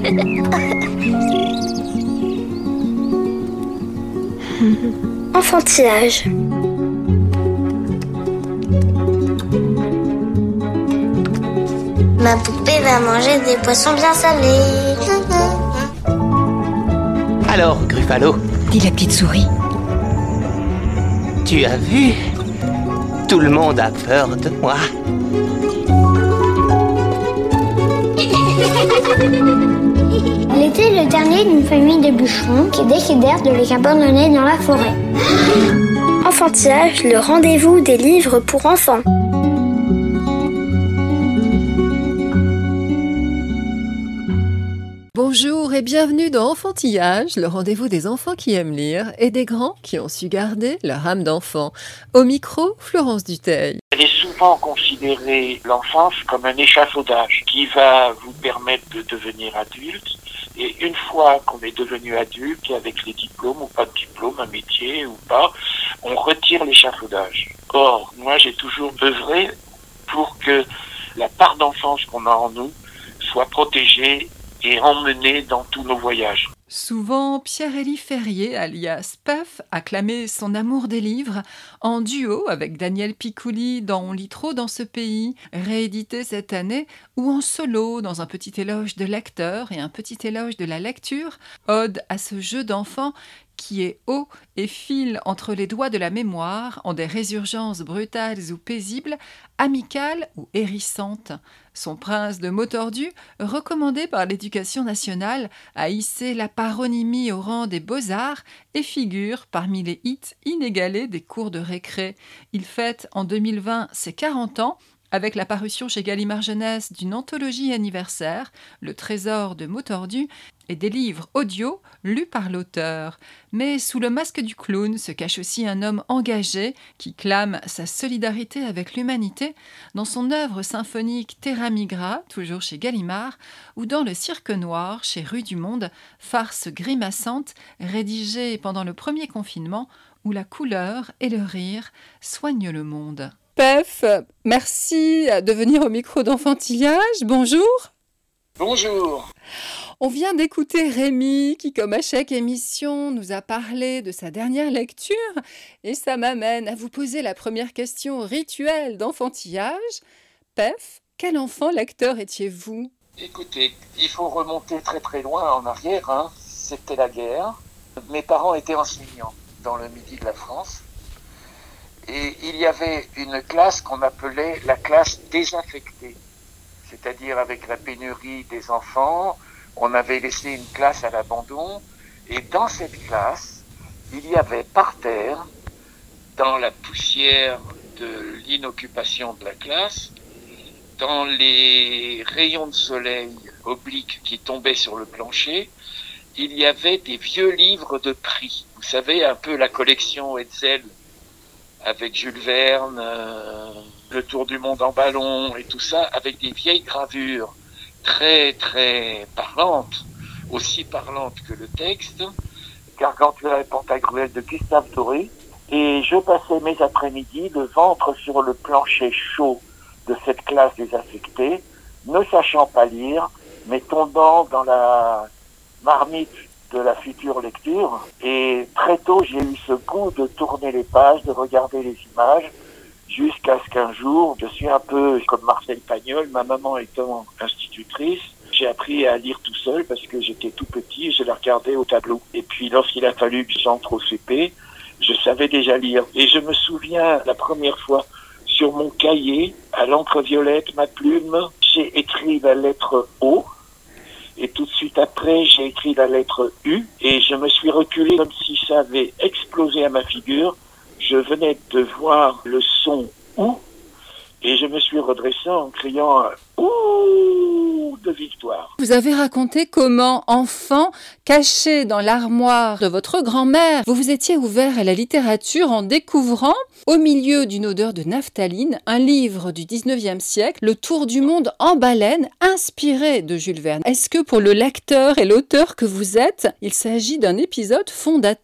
Enfantillage. Ma poupée va manger des poissons bien salés. Alors, Gruffalo, dit la petite souris. tu as vu? Tout le monde a peur de moi. Elle était le dernier d'une famille de bûcherons qui décidèrent de les abandonner dans la forêt. Enfantillage, le rendez-vous des livres pour enfants. Bonjour et bienvenue dans Enfantillage, le rendez-vous des enfants qui aiment lire et des grands qui ont su garder leur âme d'enfant. Au micro, Florence Dutheil. Elle est souvent considérée, l'enfance, comme un échafaudage qui va vous permettre de devenir adulte. Et une fois qu'on est devenu adulte, avec les diplômes ou pas de diplôme, un métier ou pas, on retire l'échafaudage. Or, moi j'ai toujours œuvré pour que la part d'enfance qu'on a en nous soit protégée et emmenée dans tous nos voyages. Souvent, Pierre-Élie Ferrier, alias Puff, acclamait son amour des livres en duo avec Daniel Picouli dans On lit trop dans ce pays, réédité cette année, ou en solo dans un petit éloge de lecteur et un petit éloge de la lecture, ode à ce jeu d'enfant qui est haut et file entre les doigts de la mémoire en des résurgences brutales ou paisibles, amicales ou hérissantes. Son prince de mots tordus, recommandé par l'Éducation nationale, a hissé la paronymie au rang des beaux-arts et figure parmi les hits inégalés des cours de récré. Il fête en 2020 ses 40 ans, avec la parution chez Gallimard Jeunesse d'une anthologie anniversaire, Le Trésor de mots tordus, et des livres audio lus par l'auteur. Mais sous le masque du clown se cache aussi un homme engagé qui clame sa solidarité avec l'humanité dans son œuvre symphonique Terra Migra, toujours chez Gallimard, ou dans Le Cirque Noir chez Rue du Monde, farce grimaçante rédigée pendant le premier confinement où la couleur et le rire soignent le monde. Pef, merci de venir au micro d'Enfantillage. Bonjour. Bonjour. On vient d'écouter Rémi qui, comme à chaque émission, nous a parlé de sa dernière lecture et ça m'amène à vous poser la première question rituelle d'Enfantillage. Pef, quel enfant lecteur étiez-vous ? Écoutez, il faut remonter très très loin en arrière, C'était la guerre. Mes parents étaient enseignants dans le midi de la France. Et il y avait une classe qu'on appelait la classe désaffectée. C'est-à-dire avec la pénurie des enfants, on avait laissé une classe à l'abandon. Et dans cette classe, il y avait par terre, dans la poussière de l'inoccupation de la classe, dans les rayons de soleil obliques qui tombaient sur le plancher, il y avait des vieux livres de prix. Vous savez, un peu la collection Hetzel, avec Jules Verne, Le Tour du monde en ballon et tout ça, avec des vieilles gravures très très parlantes, aussi parlantes que le texte, Gargantua et Pantagruel de Gustave Doré, et je passais mes après-midi le ventre sur le plancher chaud de cette classe désaffectée, ne sachant pas lire, mais tombant dans la marmite de la future lecture. Et très tôt, j'ai eu ce goût de tourner les pages, de regarder les images, jusqu'à ce qu'un jour, je suis un peu comme Marcel Pagnol, ma maman étant institutrice, j'ai appris à lire tout seul parce que j'étais tout petit et je la regardais au tableau. Et puis lorsqu'il a fallu que j'entre au CP, je savais déjà lire. Et je me souviens la première fois, sur mon cahier, à l'encre violette, ma plume, j'ai écrit la lettre O. Et tout de suite après, j'ai écrit la lettre U et je me suis reculé comme si ça avait explosé à ma figure. Je venais de voir le son OU et je me suis redressé en criant OU de victoire. Vous avez raconté comment, enfant, caché dans l'armoire de votre grand-mère, vous vous étiez ouvert à la littérature en découvrant, au milieu d'une odeur de naphtaline, un livre du 19e siècle, Le Tour du monde en baleine, inspiré de Jules Verne. Est-ce que pour le lecteur et l'auteur que vous êtes, il s'agit d'un épisode fondateur ?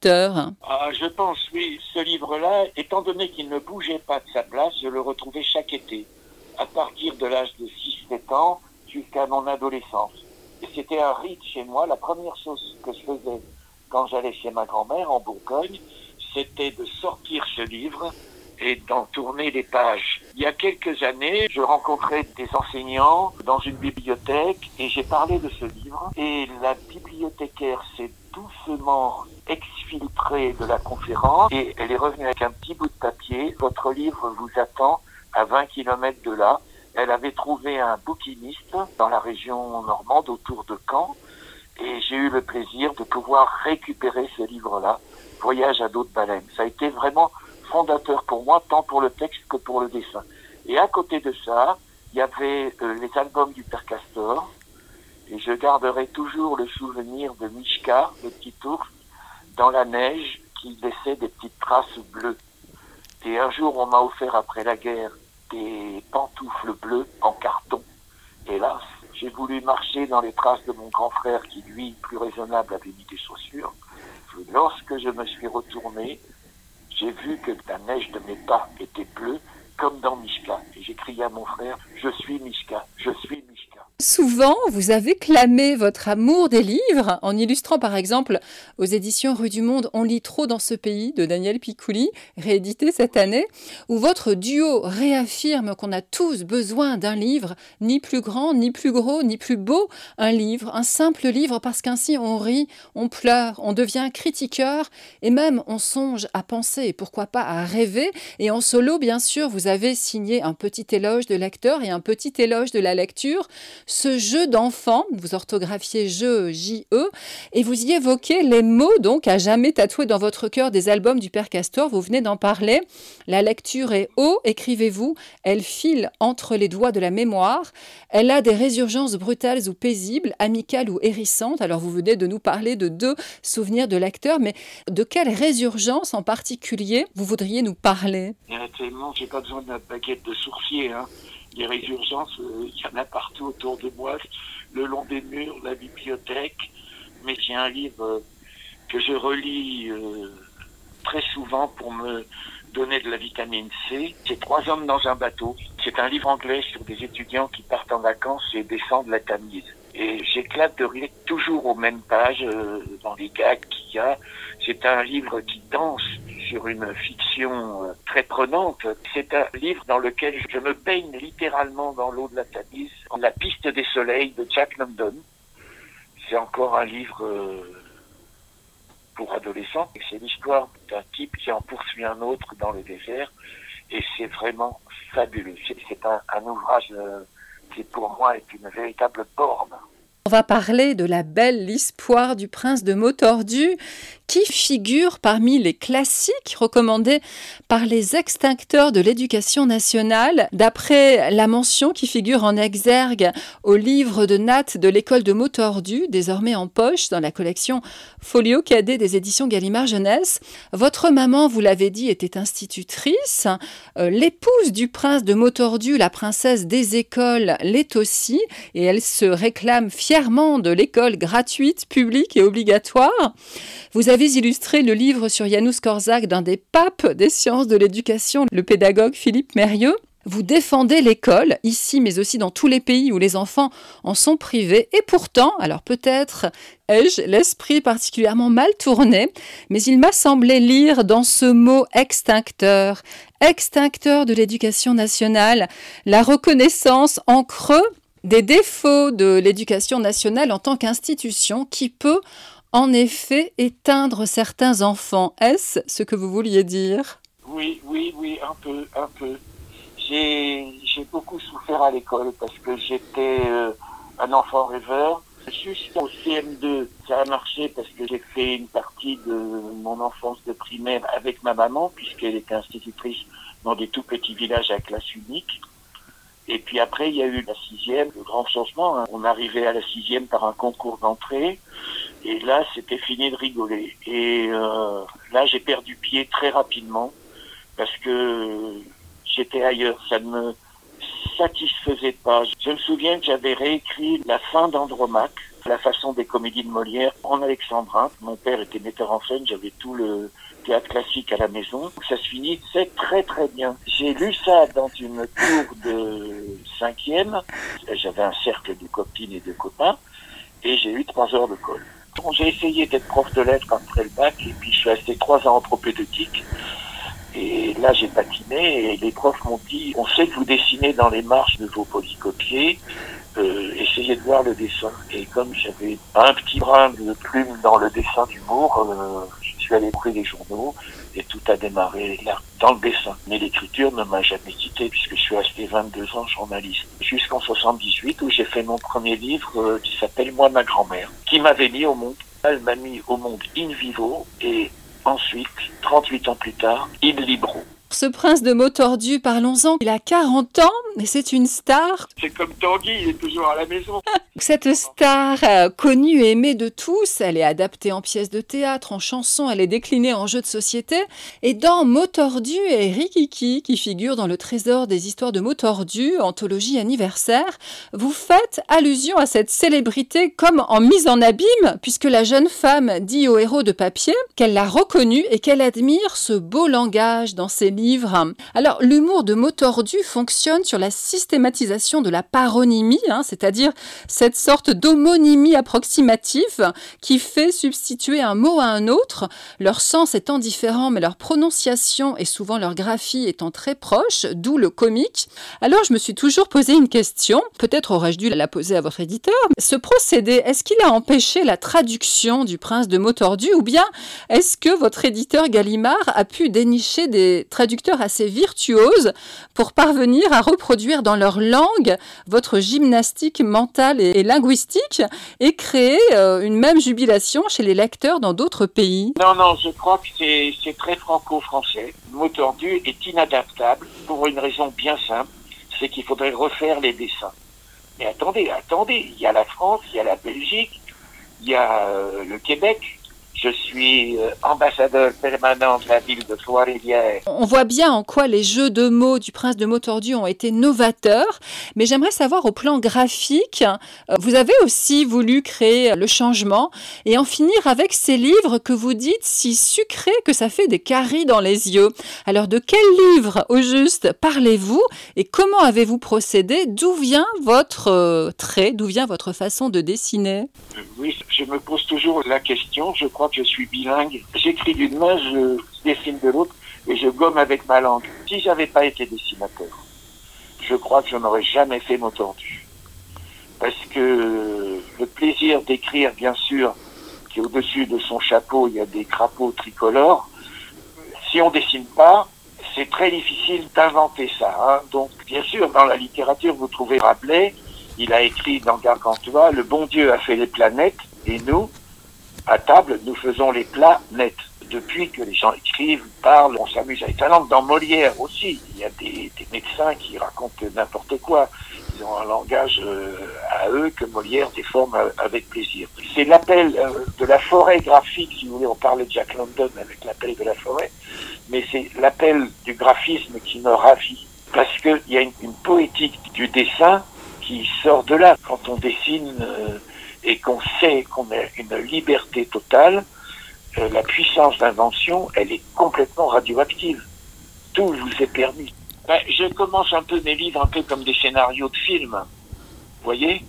Je pense, oui. Ce livre-là, étant donné qu'il ne bougeait pas de sa place, je le retrouvais chaque été, à partir de l'âge de 6-7 ans jusqu'à mon adolescence. Et c'était un rite chez moi. La première chose que je faisais quand j'allais chez ma grand-mère en Bourgogne, c'était de sortir ce livre et d'en tourner les pages. Il y a quelques années, je rencontrais des enseignants dans une bibliothèque et j'ai parlé de ce livre. Et la bibliothécaire s'est doucement exfiltrée de la conférence et elle est revenue avec un petit bout de papier. Votre livre vous attend à 20 km de là. Elle avait trouvé un bouquiniste dans la région normande autour de Caen et j'ai eu le plaisir de pouvoir récupérer ce livre-là, Voyage à dos de baleine. Ça a été vraiment fondateur pour moi, tant pour le texte que pour le dessin. Et à côté de ça, il y avait les albums du Père Castor et je garderai toujours le souvenir de Mishka, le petit ours, dans la neige qui laissait des petites traces bleues. Et un jour, on m'a offert après la guerre des pantoufles bleues en carton. Hélas, j'ai voulu marcher dans les traces de mon grand frère qui, lui, plus raisonnable, avait mis des chaussures. Lorsque je me suis retourné, j'ai vu que la neige de mes pas était bleue, comme dans Mishka. Et j'ai crié à mon frère, je suis Mishka, je suis Mishka. Souvent, vous avez clamé votre amour des livres en illustrant par exemple aux éditions Rue du Monde On lit trop dans ce pays de Daniel Picouli, réédité cette année, où votre duo réaffirme qu'on a tous besoin d'un livre, ni plus grand, ni plus gros, ni plus beau, un livre, un simple livre, parce qu'ainsi on rit, on pleure, on devient critiqueur et même on songe à penser, et pourquoi pas à rêver. Et en solo, bien sûr, vous avez signé un petit éloge de lecteur et un petit éloge de la lecture. Ce jeu d'enfant, vous orthographiez jeu, J-E, et vous y évoquez les mots donc à jamais tatoués dans votre cœur des albums du Père Castor, vous venez d'en parler. La lecture est haut, écrivez-vous, elle file entre les doigts de la mémoire, elle a des résurgences brutales ou paisibles, amicales ou hérissantes. Alors vous venez de nous parler de 2 souvenirs de lecteurs, mais de quelle résurgence en particulier vous voudriez nous parler? Il y en a tellement, j'ai pas besoin d'une baguette de sourcier, hein. Les résurgences, il y en a partout autour de moi, le long des murs, la bibliothèque. Mais j'ai un livre que je relis très souvent pour me donner de la vitamine C. C'est 3 hommes dans un bateau. C'est un livre anglais sur des étudiants qui partent en vacances et descendent la Tamise. Et j'éclate de rire toujours aux mêmes pages, dans les gags qu'il y a. C'est un livre qui danse sur une fiction très prenante. C'est un livre dans lequel je me baigne littéralement dans l'eau de la Tamise. La piste des soleils de Jack London. C'est encore un livre pour adolescents. C'est l'histoire d'un type qui en poursuit un autre dans le désert. Et c'est vraiment fabuleux. C'est un ouvrage qui pour moi est une véritable borne. On va parler de La Belle l'Histoire du Prince de Mots Tordus, qui figure parmi les classiques recommandés par les extincteurs de l'éducation nationale, d'après la mention qui figure en exergue au livre de Nat de l'école de Mots Tordus, désormais en poche dans la collection Folio Cadet des éditions Gallimard Jeunesse. Votre maman, vous l'avez dit, était institutrice. L'épouse du prince de Mots Tordus, la princesse des écoles, l'est aussi, et elle se réclame fièrement de l'école gratuite, publique et obligatoire. Vous avez illustré le livre sur Janusz Korczak d'un des papes des sciences de l'éducation, le pédagogue Philippe Mérieux. Vous défendez l'école, ici mais aussi dans tous les pays où les enfants en sont privés. Et pourtant, alors peut-être ai-je l'esprit particulièrement mal tourné, mais il m'a semblé lire dans ce mot extincteur de l'éducation nationale, la reconnaissance en creux des défauts de l'éducation nationale en tant qu'institution qui peut en effet éteindre certains enfants. Est-ce ce que vous vouliez dire? Oui, un peu. J'ai beaucoup souffert à l'école parce que j'étais un enfant rêveur. Jusqu'au CM2, ça a marché parce que j'ai fait une partie de mon enfance de primaire avec ma maman, puisqu'elle était institutrice dans des tout petits villages à classe unique. Et puis après, il y a eu la 6e, le grand changement. Hein. On arrivait à la 6e par un concours d'entrée. Et là, c'était fini de rigoler. Et là, j'ai perdu pied très rapidement parce que j'étais ailleurs. Ça ne me satisfaisait pas. Je me souviens que j'avais réécrit la fin d'Andromaque, la façon des comédies de Molière, en alexandrin. Mon père était metteur en scène, j'avais tout le théâtre classique à la maison. Ça se finissait très très bien. J'ai lu ça dans une cour de 5e. J'avais un cercle de copines et de copains. et j'ai eu 3 heures de colle. Bon, j'ai essayé d'être prof de lettres après le bac et puis je suis resté 3 ans en propédeutique. Et là, j'ai patiné et les profs m'ont dit « On sait que vous dessinez dans les marges de vos polycopiés, essayez de voir le dessin. » Et comme j'avais un petit brin de plume dans le dessin d'humour, je suis allé prendre les journaux et tout a démarré là, dans le dessin. Mais l'écriture ne m'a jamais quitté puisque je suis resté 22 ans journaliste. Jusqu'en 78 où j'ai fait mon premier livre qui s'appelle « Moi, ma grand-mère » qui m'avait mis au monde. Elle m'a mis au monde in vivo et ensuite, 38 ans plus tard, in libro. Ce prince de mots tordus, parlons-en, il a 40 ans, mais c'est une star. C'est comme Tanguy, il est toujours à la maison. Cette star connue et aimée de tous, elle est adaptée en pièces de théâtre, en chansons, elle est déclinée en jeux de société. Et dans Mots tordus et Rikiki, qui figure dans le trésor des histoires de mots tordus, anthologie anniversaire, vous faites allusion à cette célébrité comme en mise en abîme, puisque la jeune femme dit au héros de papier qu'elle l'a reconnu et qu'elle admire ce beau langage dans ses livres. Alors, l'humour de Mots tordus fonctionne sur la systématisation de la paronymie, c'est-à-dire cette sorte d'homonymie approximative qui fait substituer un mot à un autre, leur sens étant différent, mais leur prononciation et souvent leur graphie étant très proche, d'où le comique. Alors, je me suis toujours posé une question, peut-être aurais-je dû la poser à votre éditeur. Ce procédé, est-ce qu'il a empêché la traduction du Prince de Mots tordus, ou bien est-ce que votre éditeur Gallimard a pu dénicher des traducteurs assez virtuoses pour parvenir à reproduire dans leur langue votre gymnastique mentale et linguistique et créer une même jubilation chez les lecteurs dans d'autres pays? Non, je crois que c'est très franco-français. Mots tordus est inadaptable pour une raison bien simple, c'est qu'il faudrait refaire les dessins. Mais attendez, il y a la France, il y a la Belgique, il y a le Québec. Je suis ambassadeur permanent de la ville de Trois-Rivières. On voit bien en quoi les jeux de mots du Prince de Mots tordus ont été novateurs, mais j'aimerais savoir au plan graphique, vous avez aussi voulu créer le changement et en finir avec ces livres que vous dites si sucrés que ça fait des caries dans les yeux. Alors de quel livre au juste parlez-vous et comment avez-vous procédé? D'où vient votre trait, d'où vient votre façon de dessiner? Oui, je me pose toujours la question, je crois que je suis bilingue. J'écris d'une main, je dessine de l'autre et je gomme avec ma langue. Si j'avais pas été dessinateur, je crois que je n'aurais jamais fait Mots tordus. Parce que le plaisir d'écrire, bien sûr, qui est au-dessus de son chapeau, il y a des crapauds tricolores. Si on dessine pas, c'est très difficile d'inventer ça. Donc, bien sûr, dans la littérature, vous trouvez Rabelais, il a écrit dans Gargantua, le bon Dieu a fait les planètes et nous, à table, nous faisons les plats nets. Depuis que les gens écrivent, parlent, on s'amuse avec la langue. Dans Molière aussi, il y a des médecins qui racontent n'importe quoi. Ils ont un langage à eux que Molière déforme avec plaisir. C'est l'appel de la forêt graphique, si vous voulez, on parlait de Jack London avec l'appel de la forêt, mais c'est l'appel du graphisme qui me ravit. Parce qu'il y a une poétique du dessin qui sort de là. Quand on dessine et qu'on sait qu'on a une liberté totale, la puissance d'invention, elle est complètement radioactive. Tout vous est permis. Je commence un peu mes livres un peu comme des scénarios de films. Vous voyez,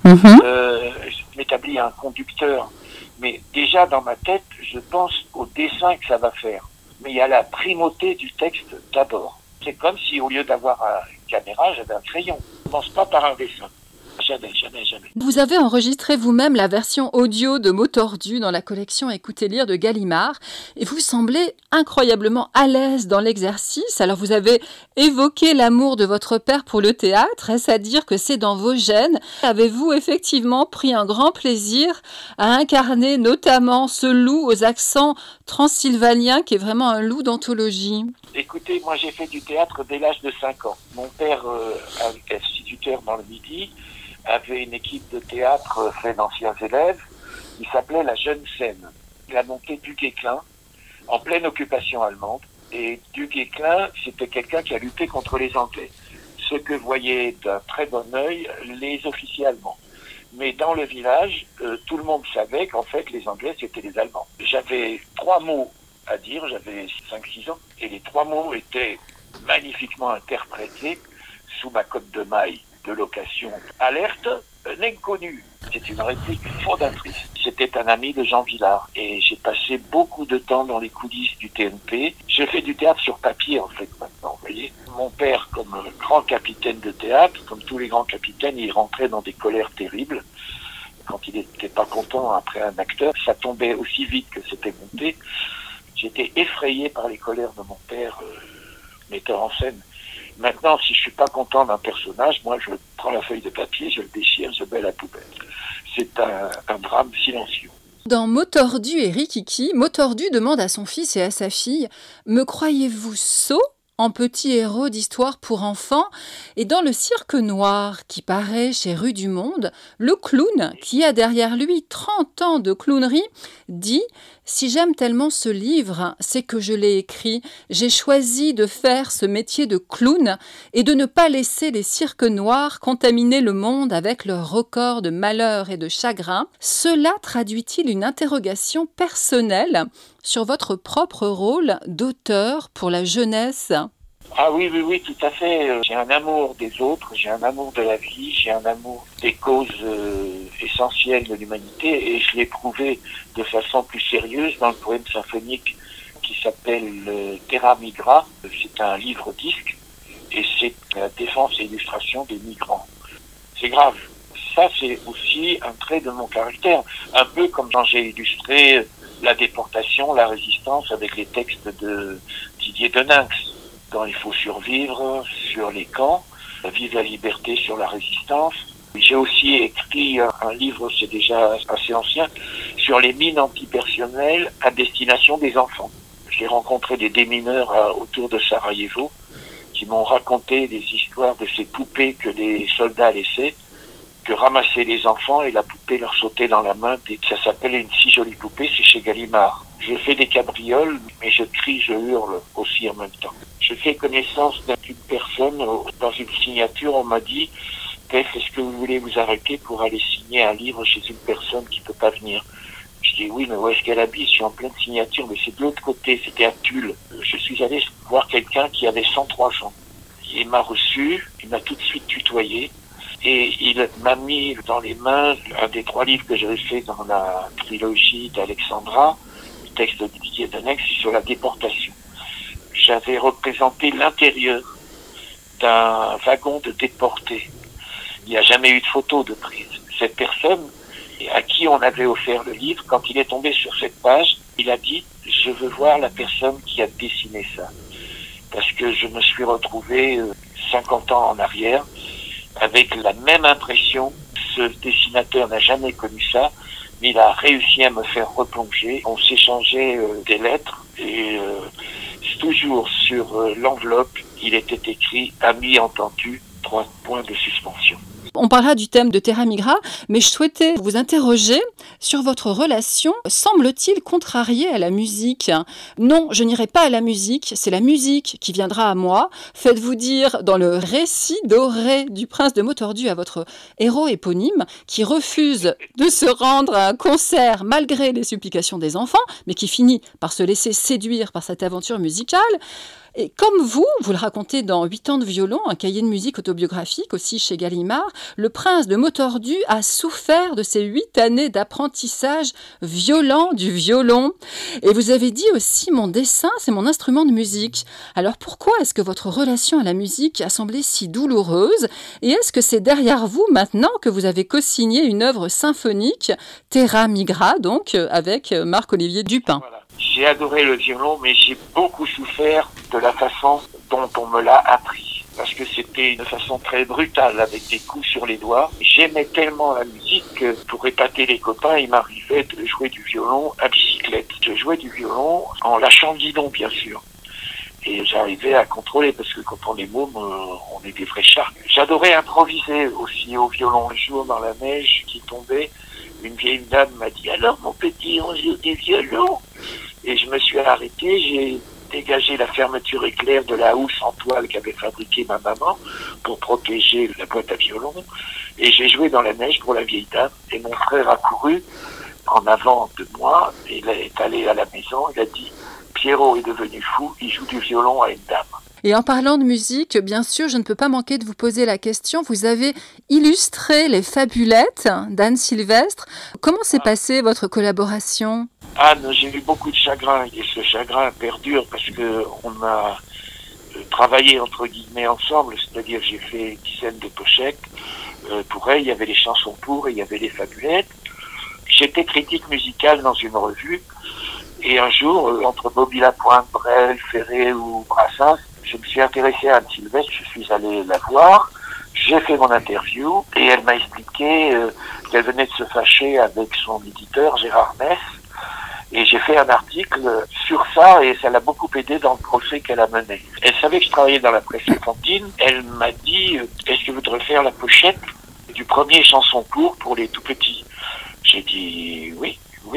je m'établis un conducteur. Mais déjà dans ma tête, je pense au dessin que ça va faire. Mais il y a la primauté du texte d'abord. C'est comme si au lieu d'avoir une caméra, j'avais un crayon. Je ne commence pas par un dessin. Jamais. Vous avez enregistré vous-même la version audio de Mots tordus dans la collection Écoutez lire de Gallimard et vous semblez incroyablement à l'aise dans l'exercice. Alors vous avez évoqué l'amour de votre père pour le théâtre. Est-ce à dire que c'est dans vos gènes? Avez-vous effectivement pris un grand plaisir à incarner notamment ce loup aux accents transylvaniens qui est vraiment un loup d'anthologie? Écoutez, moi j'ai fait du théâtre dès l'âge de 5 ans. Mon père, instituteur dans le Midi, avait une équipe de théâtre fait d'anciens élèves qui s'appelait la Jeune Scène. Il a monté Duguay-Clin en pleine occupation allemande. Et Duguay-Clin, c'était quelqu'un qui a lutté contre les Anglais. Ce que voyaient d'un très bon œil les officiers allemands. Mais dans le village, tout le monde savait qu'en fait les Anglais c'était les Allemands. J'avais 3 mots à dire, j'avais 5-6 ans, et les 3 mots étaient magnifiquement interprétés sous ma cote de maille de location. Alerte, un inconnu. C'est une réplique fondatrice. C'était un ami de Jean Vilar et j'ai passé beaucoup de temps dans les coulisses du TNP. Je fais du théâtre sur papier en fait maintenant, vous voyez. Mon père, comme grand capitaine de théâtre, comme tous les grands capitaines, il rentrait dans des colères terribles. Quand il n'était pas content après un acteur, ça tombait aussi vite que c'était monté. J'étais effrayé par les colères de mon père, metteur en scène. Maintenant, si je suis pas content d'un personnage, moi je prends la feuille de papier, je le déchire, je mets à la poubelle. C'est un drame silencieux. Dans Motordu et Rikiki, Motordu demande à son fils et à sa fille « Me croyez-vous sot ?» en petit héros d'histoire pour enfants. Et dans Le Cirque Noir, qui paraît chez Rue du Monde, le clown, qui a derrière lui 30 ans de clownerie, dit « Si j'aime tellement ce livre, c'est que je l'ai écrit. J'ai choisi de faire ce métier de clown et de ne pas laisser les cirques noirs contaminer le monde avec leurs records de malheur et de chagrin. Cela traduit-il une interrogation personnelle sur votre propre rôle d'auteur pour la jeunesse ?» Ah oui, tout à fait. J'ai un amour des autres, j'ai un amour de la vie, j'ai un amour des causes essentielles de l'humanité et je l'ai prouvé de façon plus sérieuse dans le poème symphonique qui s'appelle Terra Migra. C'est un livre-disque et c'est la défense et illustration des migrants. C'est grave. Ça, c'est aussi un trait de mon caractère. Un peu comme quand j'ai illustré la déportation, la résistance avec les textes de Didier Deninx. Dans Il faut survivre, sur les camps, Vive la liberté, sur la résistance. J'ai aussi écrit un livre, c'est déjà assez ancien, sur les mines antipersonnelles à destination des enfants. J'ai rencontré des démineurs autour de Sarajevo qui m'ont raconté des histoires de ces poupées que les soldats laissaient, que ramassaient les enfants et la poupée leur sautait dans la main. Ça s'appelle Une si jolie poupée, c'est chez Gallimard. Je fais des cabrioles, mais je crie, je hurle aussi en même temps. Je fais connaissance d'une personne, dans une signature, on m'a dit « Pef, est-ce que vous voulez vous arrêter pour aller signer un livre chez une personne qui peut pas venir ?» Je dis « Oui, mais où est-ce qu'elle habite? Je suis en pleine signature, mais c'est de l'autre côté, c'était à Tulle. » Je suis allé voir quelqu'un qui avait 103 ans. Il m'a reçu, il m'a tout de suite tutoyé. Et il m'a mis dans les mains un des 3 livres que j'avais fait dans la trilogie d'Alexandra, le texte de Didier Deninx sur la déportation. J'avais représenté l'intérieur d'un wagon de déportés. Il n'y a jamais eu de photo de prise. Cette personne à qui on avait offert le livre, quand il est tombé sur cette page, il a dit « Je veux voir la personne qui a dessiné ça ». Parce que je me suis retrouvé 50 ans en arrière avec la même impression. Ce dessinateur n'a jamais connu ça, mais il a réussi à me faire replonger. On s'échangeait des lettres et toujours sur l'enveloppe, il était écrit « Ami entendu, 3 points de suspension ». On parlera du thème de Terra Migra, mais je souhaitais vous interroger sur votre relation, semble-t-il, contrariée à la musique. Non, je n'irai pas à la musique, c'est la musique qui viendra à moi. Faites-vous dire dans le récit doré du prince de Motordu à votre héros éponyme, qui refuse de se rendre à un concert malgré les supplications des enfants, mais qui finit par se laisser séduire par cette aventure musicale. Et comme vous le racontez dans 8 ans de violon, un cahier de musique autobiographique aussi chez Gallimard, le prince de Motordu a souffert de ces 8 années d'apprentissage violent du violon. Et vous avez dit aussi, mon dessin, c'est mon instrument de musique. Alors pourquoi est-ce que votre relation à la musique a semblé si douloureuse? Et est-ce que c'est derrière vous maintenant que vous avez co-signé une œuvre symphonique, Terra Migra, donc, avec Marc-Olivier Dupin? Voilà. J'ai adoré le violon, mais j'ai beaucoup souffert de la façon dont on me l'a appris. Parce que c'était une façon très brutale, avec des coups sur les doigts. J'aimais tellement la musique que pour épater les copains, il m'arrivait de jouer du violon à bicyclette. Je jouais du violon en lâchant le guidon, bien sûr. Et j'arrivais à contrôler, parce que quand on est môme, on est des vrais chars. J'adorais improviser aussi au violon. Un jour, dans la neige qui tombait, une vieille dame m'a dit « Alors, mon petit, on joue du violon ?» Et je me suis arrêté, j'ai dégagé la fermeture éclair de la housse en toile qu'avait fabriquée ma maman pour protéger la boîte à violon. Et j'ai joué dans la neige pour la vieille dame. Et mon frère a couru en avant de moi. Et il est allé à la maison, il a dit « Pierrot est devenu fou, il joue du violon à une dame ». Et en parlant de musique, bien sûr, je ne peux pas manquer de vous poser la question. Vous avez illustré les Fabulettes d'Anne Sylvestre. Comment s'est passée votre collaboration ? Anne, j'ai eu beaucoup de chagrin et ce chagrin perdure parce que on a travaillé entre guillemets ensemble, c'est-à-dire j'ai fait une dizaine de pochettes. Pour elle, il y avait les chansons pour et il y avait les Fabulettes. J'étais critique musicale dans une revue et un jour, entre Bobby Lapointe, Brel, Ferré ou Brassens, je me suis intéressé à Anne Sylvestre, je suis allé la voir, j'ai fait mon interview et elle m'a expliqué qu'elle venait de se fâcher avec son éditeur Gérard Mess. Et j'ai fait un article sur ça et ça l'a beaucoup aidé dans le procès qu'elle a mené. Elle savait que je travaillais dans la presse enfantine. Elle m'a dit « Est-ce que je voudrais faire la pochette du premier chanson pour les tout petits ?» J'ai dit « Oui. »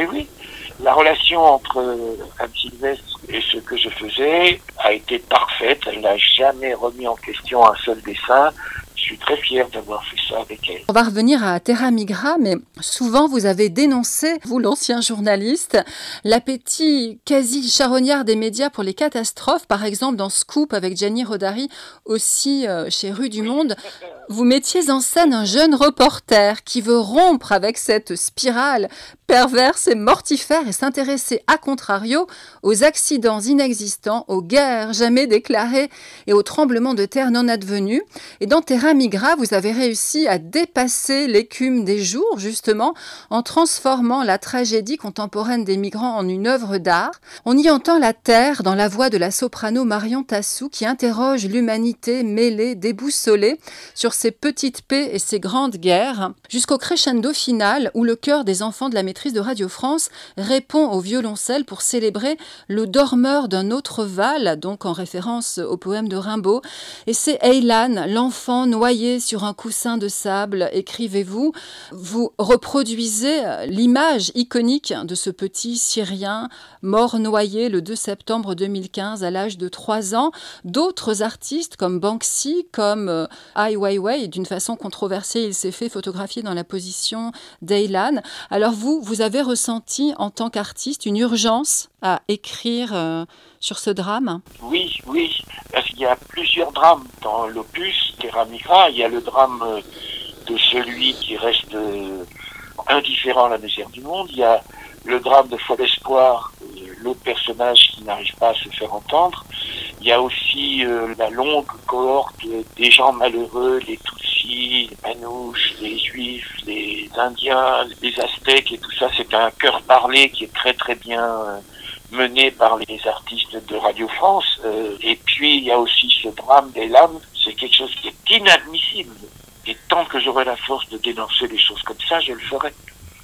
La relation entre Anne Sylvestre et ce que je faisais a été parfaite. Elle n'a jamais remis en question un seul dessin. Je suis très fier d'avoir fait ça avec elle. On va revenir à Terra Migra, mais souvent vous avez dénoncé, vous l'ancien journaliste, l'appétit quasi charognard des médias pour les catastrophes. Par exemple, dans Scoop avec Gianni Rodari, aussi chez Rue du Monde, vous mettiez en scène un jeune reporter qui veut rompre avec cette spirale perverse et mortifère et s'intéresser à contrario aux accidents inexistants, aux guerres jamais déclarées et aux tremblements de terre non advenus. Et dans Terra Migra, vous avez réussi à dépasser l'écume des jours, justement, en transformant la tragédie contemporaine des migrants en une œuvre d'art. On y entend la terre dans la voix de la soprano Marion Tassou qui interroge l'humanité mêlée, déboussolée sur ses petites paix et ses grandes guerres, jusqu'au crescendo final où le chœur des enfants de la maîtrise de Radio France répond au violoncelle pour célébrer le dormeur d'un autre Val, donc en référence au poème de Rimbaud. Et c'est Aylan, l'enfant noyé sur un coussin de sable, écrivez-vous. Vous reproduisez l'image iconique de ce petit Syrien mort noyé le 2 septembre 2015 à l'âge de 3 ans. D'autres artistes comme Banksy, comme Ai Weiwei, d'une façon controversée, il s'est fait photographier dans la position d'Aylan. Alors vous avez ressenti en tant qu'artiste une urgence à écrire sur ce drame ? Oui, parce qu'il y a plusieurs drames dans l'opus Terra Migra. Il y a le drame de celui qui reste indifférent à la misère du monde. Il y a le drame de Fol Espoir, l'autre personnage qui n'arrive pas à se faire entendre. Il y a aussi la longue cohorte des gens malheureux, les Tutsis, les Manouches, les Juifs, les Indiens, les Aztèques et tout ça. C'est un cœur parlé qui est très très bien mené par les artistes de Radio France. Et puis il y a aussi ce drame des lames. C'est quelque chose qui est inadmissible. Et tant que j'aurai la force de dénoncer les choses comme ça, je le ferai.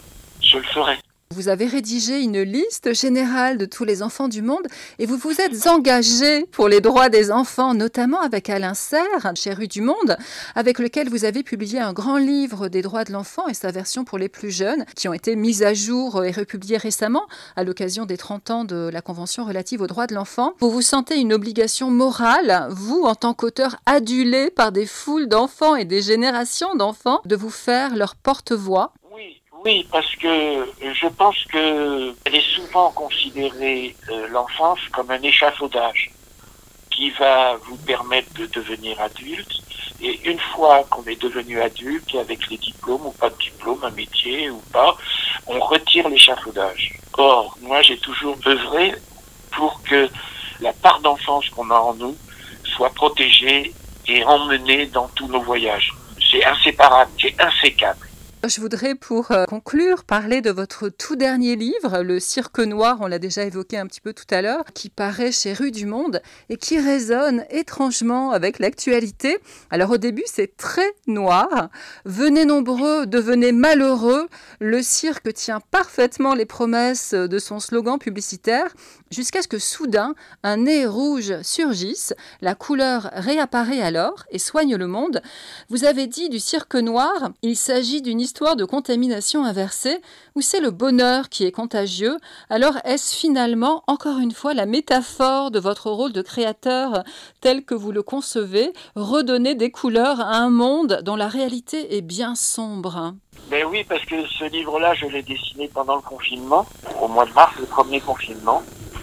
Vous avez rédigé une liste générale de tous les enfants du monde et vous vous êtes engagé pour les droits des enfants, notamment avec Alain Serre, chez Rue du Monde, avec lequel vous avez publié un grand livre des droits de l'enfant et sa version pour les plus jeunes, qui ont été mises à jour et republiées récemment à l'occasion des 30 ans de la Convention relative aux droits de l'enfant. Vous vous sentez une obligation morale, vous, en tant qu'auteur adulé par des foules d'enfants et des générations d'enfants, de vous faire leur porte-voix? Oui, parce que je pense que elle est souvent considérée l'enfance comme un échafaudage qui va vous permettre de devenir adulte. Et une fois qu'on est devenu adulte, avec les diplômes ou pas de diplôme, un métier ou pas, on retire l'échafaudage. Or, moi j'ai toujours œuvré pour que la part d'enfance qu'on a en nous soit protégée et emmenée dans tous nos voyages. C'est inséparable, c'est insécable. Je voudrais, pour conclure, parler de votre tout dernier livre, Le Cirque Noir, on l'a déjà évoqué un petit peu tout à l'heure, qui paraît chez Rue du Monde et qui résonne étrangement avec l'actualité. Alors au début, c'est très noir. Venez nombreux, devenez malheureux. Le cirque tient parfaitement les promesses de son slogan publicitaire, jusqu'à ce que soudain, un nez rouge surgisse, la couleur réapparaît alors et soigne le monde. Vous avez dit du cirque noir, il s'agit d'une histoire de contamination inversée où c'est le bonheur qui est contagieux. Alors est-ce finalement, encore une fois, la métaphore de votre rôle de créateur tel que vous le concevez, redonner des couleurs à un monde dont la réalité est bien sombre? Ben oui, parce que ce livre-là, je l'ai dessiné pendant le confinement, au mois de mars, le premier confinement.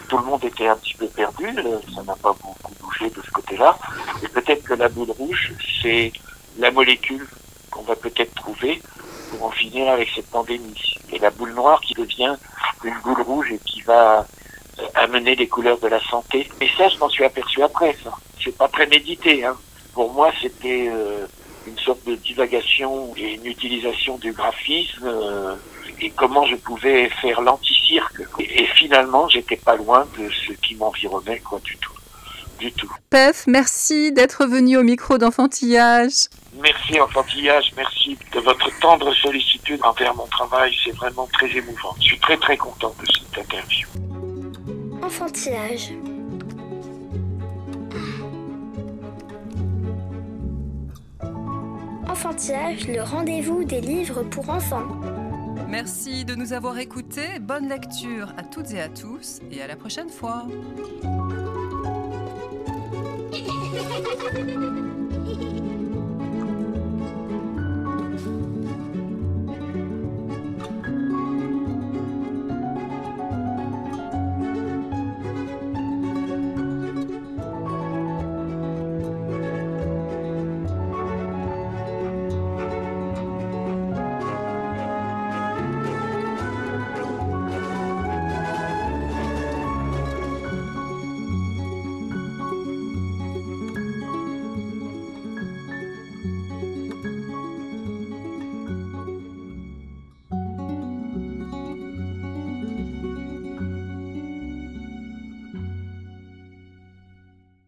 tout le monde était un petit peu perdu, ça n'a pas beaucoup bougé de ce côté-là. Et peut-être que la boule rouge, c'est la molécule qu'on va peut-être trouver pour en finir avec cette pandémie. Et la boule noire qui devient une boule rouge et qui va amener les couleurs de la santé. Mais ça, je m'en suis aperçu après, ça. C'est pas prémédité, hein. Pour moi, c'était une sorte de divagation et une utilisation du graphisme et comment je pouvais faire l'anti-cirque. Et finalement, j'étais pas loin de ce qui m'environnait, quoi, du tout. Du tout. Pef, merci d'être venu au micro d'Enfantillage. Merci Enfantillage, merci de votre tendre sollicitude envers mon travail, c'est vraiment très émouvant. Je suis très très content de cette interview. Enfantillage. Enfantillage, le rendez-vous des livres pour enfants. Merci de nous avoir écoutés, bonne lecture à toutes et à tous et à la prochaine fois.